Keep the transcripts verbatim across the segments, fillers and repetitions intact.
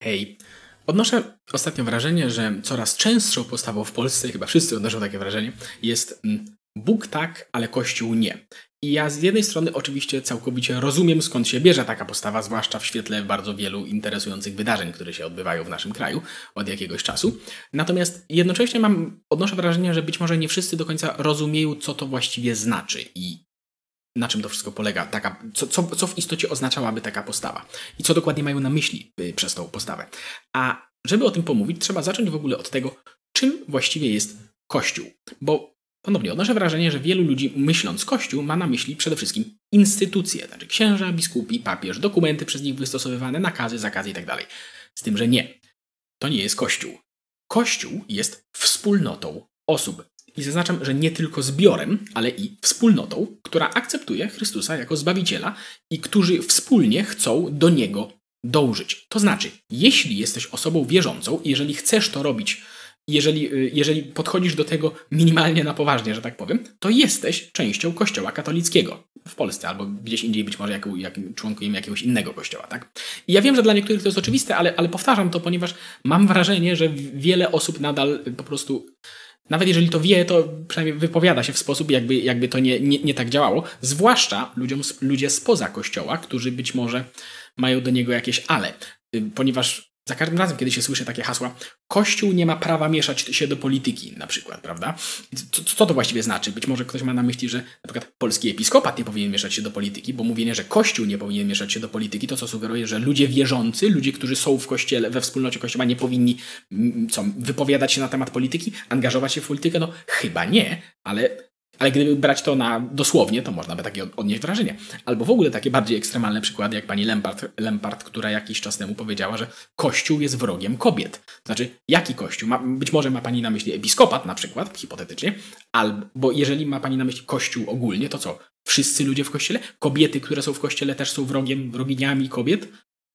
Hej, odnoszę ostatnio wrażenie, że coraz częstszą postawą w Polsce, chyba wszyscy odnoszą takie wrażenie, jest mm, Bóg tak, ale Kościół nie. I ja z jednej strony oczywiście całkowicie rozumiem, skąd się bierze taka postawa, zwłaszcza w świetle bardzo wielu interesujących wydarzeń, które się odbywają w naszym kraju od jakiegoś czasu. Natomiast jednocześnie mam, odnoszę wrażenie, że być może nie wszyscy do końca rozumieją, co to właściwie znaczy i na czym to wszystko polega, taka, co, co, co w istocie oznaczałaby taka postawa i co dokładnie mają na myśli y, przez tą postawę. A żeby o tym pomówić, trzeba zacząć w ogóle od tego, czym właściwie jest Kościół. Bo ponownie odnoszę wrażenie, że wielu ludzi, myśląc Kościół, ma na myśli przede wszystkim instytucje, znaczy księża, biskupi, papież, dokumenty przez nich wystosowywane, nakazy, zakazy itd. Z tym, że nie. To nie jest Kościół. Kościół jest wspólnotą osób. I zaznaczam, że nie tylko zbiorem, ale i wspólnotą, która akceptuje Chrystusa jako Zbawiciela i którzy wspólnie chcą do Niego dążyć. To znaczy, jeśli jesteś osobą wierzącą i jeżeli chcesz to robić, jeżeli, jeżeli podchodzisz do tego minimalnie na poważnie, że tak powiem, to jesteś częścią Kościoła katolickiego w Polsce albo gdzieś indziej, być może jako, jak, członkiem jakiegoś innego kościoła. Tak? I ja wiem, że dla niektórych to jest oczywiste, ale, ale powtarzam to, ponieważ mam wrażenie, że wiele osób nadal po prostu... Nawet jeżeli to wie, to przynajmniej wypowiada się w sposób, jakby, jakby to nie, nie, nie tak działało. Zwłaszcza ludziom, ludzie spoza kościoła, którzy być może mają do niego jakieś ale. Ponieważ za każdym razem, kiedy się słyszy takie hasła, Kościół nie ma prawa mieszać się do polityki, na przykład, prawda? Co, co to właściwie znaczy? Być może ktoś ma na myśli, że na przykład polski episkopat nie powinien mieszać się do polityki, bo mówienie, że Kościół nie powinien mieszać się do polityki, to co sugeruje, że ludzie wierzący, ludzie, którzy są w kościele, we wspólnocie kościoła, nie powinni co, wypowiadać się na temat polityki, angażować się w politykę? No chyba nie, ale... Ale gdyby brać to na dosłownie, to można by takie odnieść wrażenie. Albo w ogóle takie bardziej ekstremalne przykłady, jak pani Lempart, Lempart, która jakiś czas temu powiedziała, że Kościół jest wrogiem kobiet. Znaczy, jaki Kościół? Ma, być może ma pani na myśli episkopat na przykład, hipotetycznie, albo jeżeli ma pani na myśli Kościół ogólnie, to co? Wszyscy ludzie w Kościele? Kobiety, które są w Kościele, też są wrogiem, wroginiami kobiet?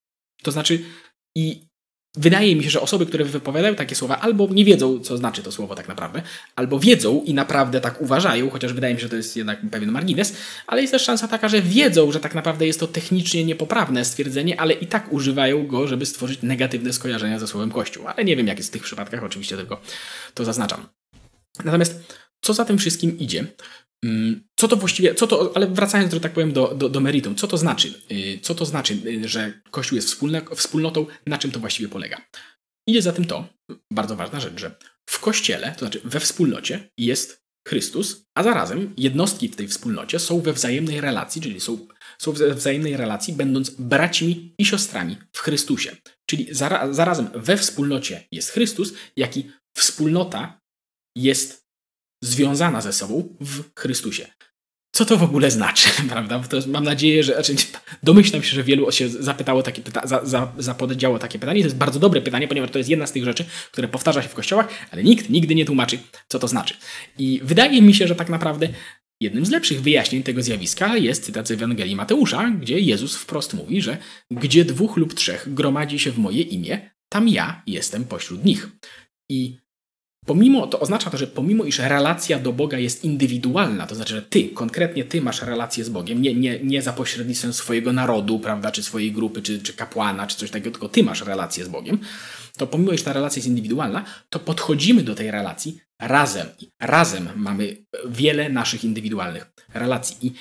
To znaczy, i wydaje mi się, że osoby, które wypowiadają takie słowa, albo nie wiedzą, co znaczy to słowo tak naprawdę, albo wiedzą i naprawdę tak uważają, chociaż wydaje mi się, że to jest jednak pewien margines, ale jest też szansa taka, że wiedzą, że tak naprawdę jest to technicznie niepoprawne stwierdzenie, ale i tak używają go, żeby stworzyć negatywne skojarzenia ze słowem Kościół. Ale nie wiem, jak jest w tych przypadkach, oczywiście tylko to zaznaczam. Natomiast co za tym wszystkim idzie? Co to właściwie, co to, ale wracając, że tak powiem, do, do, do meritum, co to znaczy? Co to znaczy, że Kościół jest wspólne, wspólnotą, na czym to właściwie polega? Idzie za tym to, bardzo ważna rzecz, że w Kościele, to znaczy we wspólnocie jest Chrystus, a zarazem jednostki w tej wspólnocie są we wzajemnej relacji, czyli są, są we wzajemnej relacji, będąc braćmi i siostrami w Chrystusie. Czyli zara, zarazem we wspólnocie jest Chrystus, jak i wspólnota jest związana ze sobą w Chrystusie. Co to w ogóle znaczy, prawda? To jest, mam nadzieję, że znaczy, domyślam się, że wielu się zapytało takie pyta- za, za, zapowiedziało takie pytanie. To jest bardzo dobre pytanie, ponieważ to jest jedna z tych rzeczy, które powtarza się w kościołach, ale nikt nigdy nie tłumaczy, co to znaczy. I wydaje mi się, że tak naprawdę jednym z lepszych wyjaśnień tego zjawiska jest cytat z Ewangelii Mateusza, gdzie Jezus wprost mówi, że gdzie dwóch lub trzech gromadzi się w moje imię, tam ja jestem pośród nich. I Pomimo, to oznacza to, że pomimo iż relacja do Boga jest indywidualna, to znaczy, że ty, konkretnie ty masz relację z Bogiem, nie, nie, nie za pośrednictwem swojego narodu, prawda, czy swojej grupy, czy, czy kapłana, czy coś takiego, tylko ty masz relację z Bogiem, to pomimo iż ta relacja jest indywidualna, to podchodzimy do tej relacji razem. I razem mamy wiele naszych indywidualnych relacji. I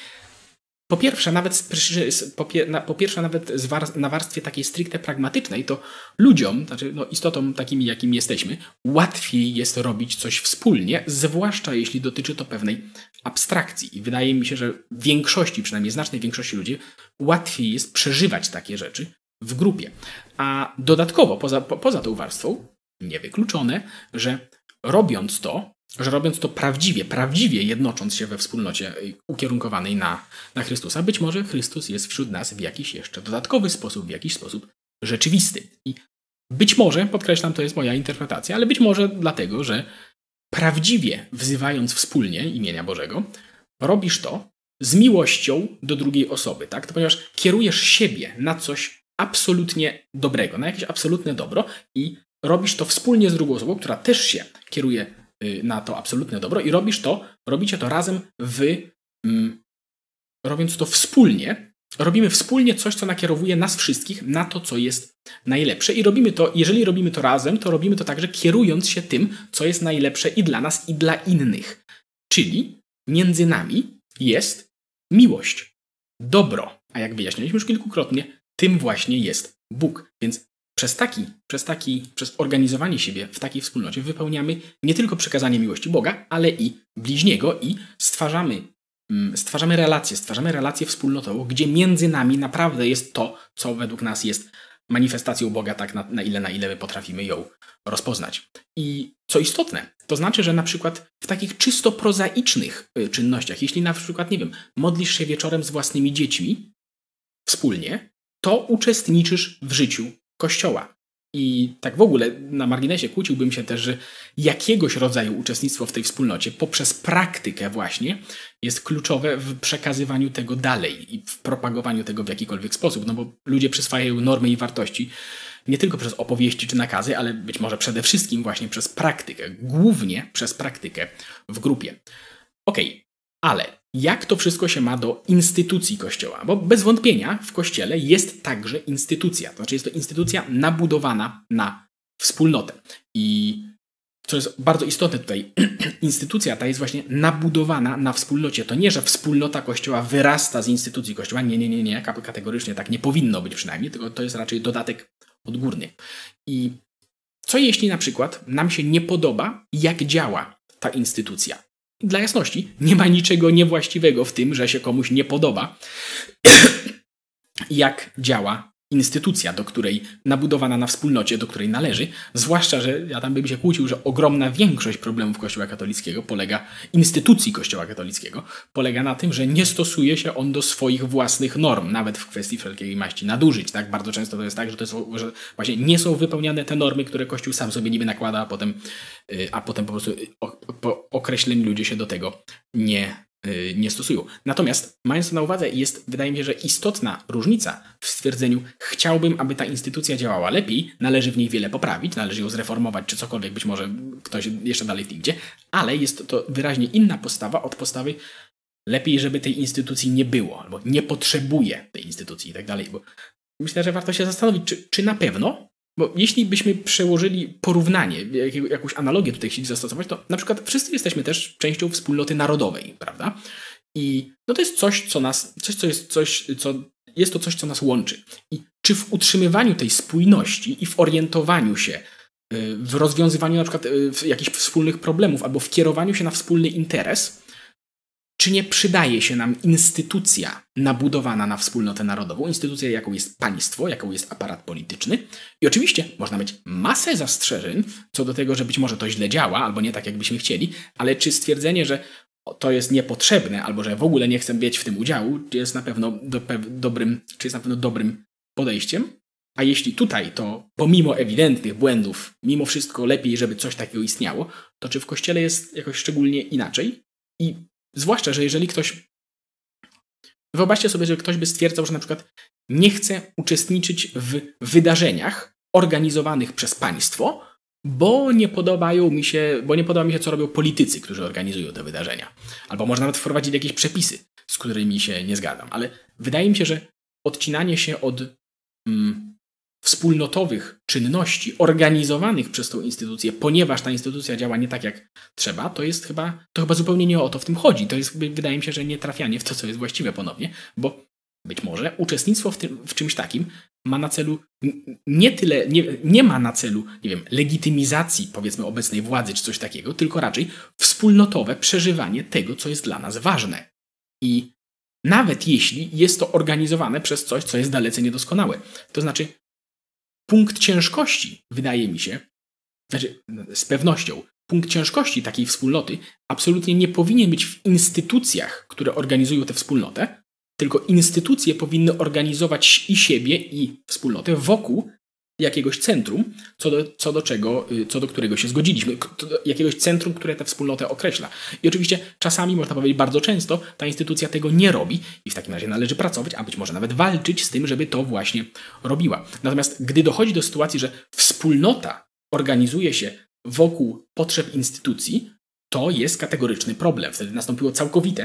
po pierwsze, nawet, po, po pierwsze, nawet na warstwie takiej stricte pragmatycznej, to ludziom, znaczy no istotom takimi, jakimi jesteśmy, łatwiej jest robić coś wspólnie, zwłaszcza jeśli dotyczy to pewnej abstrakcji. I wydaje mi się, że w większości, przynajmniej znacznej większości ludzi, łatwiej jest przeżywać takie rzeczy w grupie. A dodatkowo, poza, po, poza tą warstwą, niewykluczone, że robiąc to, że robiąc to prawdziwie, prawdziwie jednocząc się we wspólnocie ukierunkowanej na, na Chrystusa, być może Chrystus jest wśród nas w jakiś jeszcze dodatkowy sposób, w jakiś sposób rzeczywisty. I być może, podkreślam, to jest moja interpretacja, ale być może dlatego, że prawdziwie wzywając wspólnie imienia Bożego, robisz to z miłością do drugiej osoby, tak? To ponieważ kierujesz siebie na coś absolutnie dobrego, na jakieś absolutne dobro i robisz to wspólnie z drugą osobą, która też się kieruje na to absolutne dobro i robisz to, robicie to razem wy, mm, robiąc to wspólnie, robimy wspólnie coś, co nakierowuje nas wszystkich na to, co jest najlepsze i robimy to, jeżeli robimy to razem, to robimy to także kierując się tym, co jest najlepsze i dla nas, i dla innych. Czyli między nami jest miłość, dobro, a jak wyjaśniliśmy już kilkukrotnie, tym właśnie jest Bóg. Więc przez taki, przez taki, przez organizowanie siebie w takiej wspólnocie wypełniamy nie tylko przekazanie miłości Boga, ale i bliźniego i stwarzamy Stwarzamy relacje, stwarzamy relację wspólnotową, gdzie między nami naprawdę jest to, co według nas jest manifestacją Boga, tak na, na ile, na ile my potrafimy ją rozpoznać. I co istotne, to znaczy, że na przykład w takich czysto prozaicznych y, czynnościach, jeśli na przykład, nie wiem, modlisz się wieczorem z własnymi dziećmi wspólnie, to uczestniczysz w życiu Kościoła. I tak w ogóle na marginesie kłóciłbym się też, że jakiegoś rodzaju uczestnictwo w tej wspólnocie poprzez praktykę właśnie jest kluczowe w przekazywaniu tego dalej i w propagowaniu tego w jakikolwiek sposób, no bo ludzie przyswajają normy i wartości nie tylko przez opowieści czy nakazy, ale być może przede wszystkim właśnie przez praktykę, głównie przez praktykę w grupie. Okej, ale jak to wszystko się ma do instytucji Kościoła? Bo bez wątpienia w Kościele jest także instytucja. To znaczy jest to instytucja nabudowana na wspólnotę. I co jest bardzo istotne tutaj, instytucja ta jest właśnie nabudowana na wspólnocie. To nie, że wspólnota Kościoła wyrasta z instytucji Kościoła. Nie, nie, nie, nie. Kategorycznie tak nie powinno być przynajmniej, tylko to jest raczej dodatek odgórny. I co jeśli na przykład nam się nie podoba, jak działa ta instytucja? Dla jasności, nie ma niczego niewłaściwego w tym, że się komuś nie podoba, jak działa instytucja, do której nabudowana na wspólnocie, do której należy. Zwłaszcza, że ja tam bym się kłócił, że ogromna większość problemów Kościoła katolickiego polega, instytucji Kościoła katolickiego, polega na tym, że nie stosuje się on do swoich własnych norm, nawet w kwestii wszelkiej maści nadużyć. Tak? Bardzo często to jest tak, że, to jest, że właśnie nie są wypełniane te normy, które Kościół sam sobie niby nakłada, a potem, a potem po prostu po określeni ludzie się do tego nie nie stosują. Natomiast mając to na uwadze, jest, wydaje mi się, że istotna różnica w stwierdzeniu chciałbym, aby ta instytucja działała lepiej, należy w niej wiele poprawić, należy ją zreformować, czy cokolwiek, być może ktoś jeszcze dalej w tym idzie, ale jest to wyraźnie inna postawa od postawy lepiej, żeby tej instytucji nie było, albo nie potrzebuje tej instytucji i tak dalej, bo myślę, że warto się zastanowić, czy, czy na pewno. Bo jeśli byśmy przełożyli porównanie, jakąś analogię tutaj chcieli zastosować, to na przykład wszyscy jesteśmy też częścią wspólnoty narodowej, prawda? I no to jest coś, co nas, coś, co jest coś, co jest to coś, co nas łączy. I czy w utrzymywaniu tej spójności i w orientowaniu się, w rozwiązywaniu na przykład jakichś wspólnych problemów albo w kierowaniu się na wspólny interes, czy nie przydaje się nam instytucja nabudowana na wspólnotę narodową, instytucja, jaką jest państwo, jaką jest aparat polityczny? I oczywiście można mieć masę zastrzeżeń co do tego, że być może to źle działa, albo nie tak, jakbyśmy chcieli, ale czy stwierdzenie, że to jest niepotrzebne, albo że w ogóle nie chcę mieć w tym udziału, jest na pewno do, dobrym, czy jest na pewno dobrym podejściem? A jeśli tutaj to pomimo ewidentnych błędów, mimo wszystko lepiej, żeby coś takiego istniało, to czy w Kościele jest jakoś szczególnie inaczej? I zwłaszcza, że jeżeli ktoś... Wyobraźcie sobie, że ktoś by stwierdzał, że na przykład nie chce uczestniczyć w wydarzeniach organizowanych przez państwo, bo nie podobają mi się, bo nie podoba mi się, co robią politycy, którzy organizują te wydarzenia. Albo może nawet wprowadzić jakieś przepisy, z którymi się nie zgadzam. Ale wydaje mi się, że odcinanie się od mm, wspólnotowych czynności organizowanych przez tą instytucję, ponieważ ta instytucja działa nie tak, jak trzeba, to jest chyba, to chyba zupełnie nie o to w tym chodzi. To jest, wydaje mi się, że nie trafianie w to, co jest właściwe ponownie, bo być może uczestnictwo w, tym, w czymś takim ma na celu nie tyle, nie, nie ma na celu, nie wiem, legitymizacji, powiedzmy, obecnej władzy czy coś takiego, tylko raczej wspólnotowe przeżywanie tego, co jest dla nas ważne. I nawet jeśli jest to organizowane przez coś, co jest dalece niedoskonałe. To znaczy, punkt ciężkości, wydaje mi się, znaczy z pewnością, punkt ciężkości takiej wspólnoty absolutnie nie powinien być w instytucjach, które organizują tę wspólnotę, tylko instytucje powinny organizować i siebie, i wspólnotę wokół jakiegoś centrum, co do, co do czego, co do którego się zgodziliśmy, jakiegoś centrum, które tę wspólnotę określa. I oczywiście czasami, można powiedzieć bardzo często, ta instytucja tego nie robi i w takim razie należy pracować, a być może nawet walczyć z tym, żeby to właśnie robiła. Natomiast gdy dochodzi do sytuacji, że wspólnota organizuje się wokół potrzeb instytucji, to jest kategoryczny problem. Wtedy nastąpiło całkowite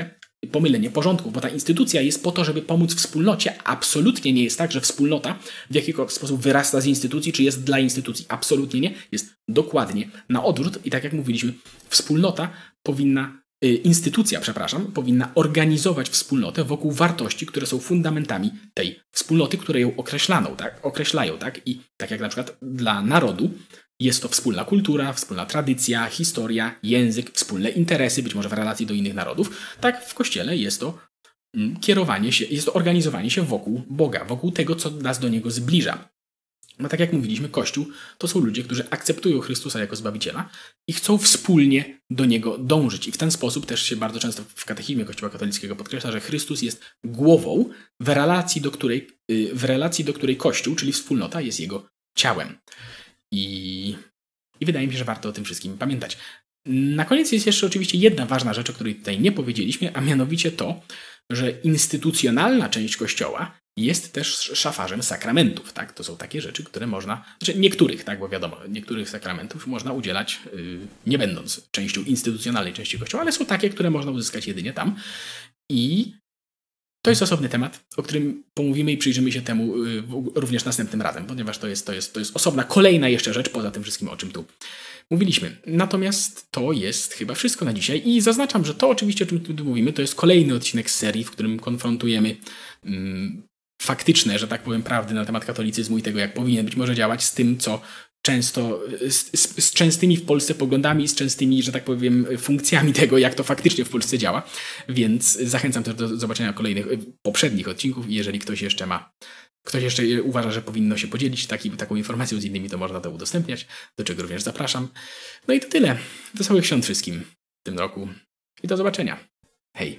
pomylenie porządków, bo ta instytucja jest po to, żeby pomóc wspólnocie. Absolutnie nie jest tak, że wspólnota w jakikolwiek sposób wyrasta z instytucji, czy jest dla instytucji. Absolutnie nie. Jest dokładnie na odwrót i tak jak mówiliśmy, wspólnota powinna, y, instytucja, przepraszam, powinna organizować wspólnotę wokół wartości, które są fundamentami tej wspólnoty, które ją określaną, tak? określają. Tak? I tak jak na przykład dla narodu jest to wspólna kultura, wspólna tradycja, historia, język, wspólne interesy, być może w relacji do innych narodów. Tak w Kościele jest to mm, kierowanie się, jest to organizowanie się wokół Boga, wokół tego, co nas do Niego zbliża. No tak jak mówiliśmy, Kościół to są ludzie, którzy akceptują Chrystusa jako Zbawiciela i chcą wspólnie do Niego dążyć. I w ten sposób też się bardzo często w katechizmie Kościoła katolickiego podkreśla, że Chrystus jest głową, w relacji do której, w relacji do której Kościół, czyli wspólnota, jest Jego ciałem. I, I wydaje mi się, że warto o tym wszystkim pamiętać. Na koniec jest jeszcze oczywiście jedna ważna rzecz, o której tutaj nie powiedzieliśmy, a mianowicie to, że instytucjonalna część Kościoła jest też szafarzem sakramentów. Tak? To są takie rzeczy, które można, znaczy niektórych, tak, bo wiadomo, niektórych sakramentów można udzielać yy, nie będąc częścią instytucjonalnej części Kościoła, ale są takie, które można uzyskać jedynie tam. I to jest osobny temat, o którym pomówimy i przyjrzymy się temu yy, również następnym razem, ponieważ to jest, to, jest, to jest osobna, kolejna jeszcze rzecz poza tym wszystkim, o czym tu mówiliśmy. Natomiast to jest chyba wszystko na dzisiaj i zaznaczam, że to oczywiście, o czym tu mówimy, to jest kolejny odcinek z serii, w którym konfrontujemy mm, faktyczne, że tak powiem, prawdy na temat katolicyzmu i tego, jak powinien być może działać z tym, co często, z, z, z częstymi w Polsce poglądami, z częstymi, że tak powiem, funkcjami tego, jak to faktycznie w Polsce działa. Więc zachęcam też do zobaczenia kolejnych, poprzednich odcinków i jeżeli ktoś jeszcze ma, ktoś jeszcze uważa, że powinno się podzielić taki, taką informacją z innymi, to można to udostępniać, do czego również zapraszam. No i to tyle. Wesołych świąt wszystkim w tym roku i do zobaczenia. Hej!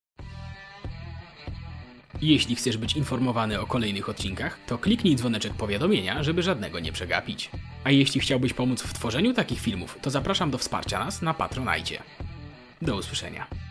Jeśli chcesz być informowany o kolejnych odcinkach, to kliknij dzwoneczek powiadomienia, żeby żadnego nie przegapić. A jeśli chciałbyś pomóc w tworzeniu takich filmów, to zapraszam do wsparcia nas na Patronite. Do usłyszenia.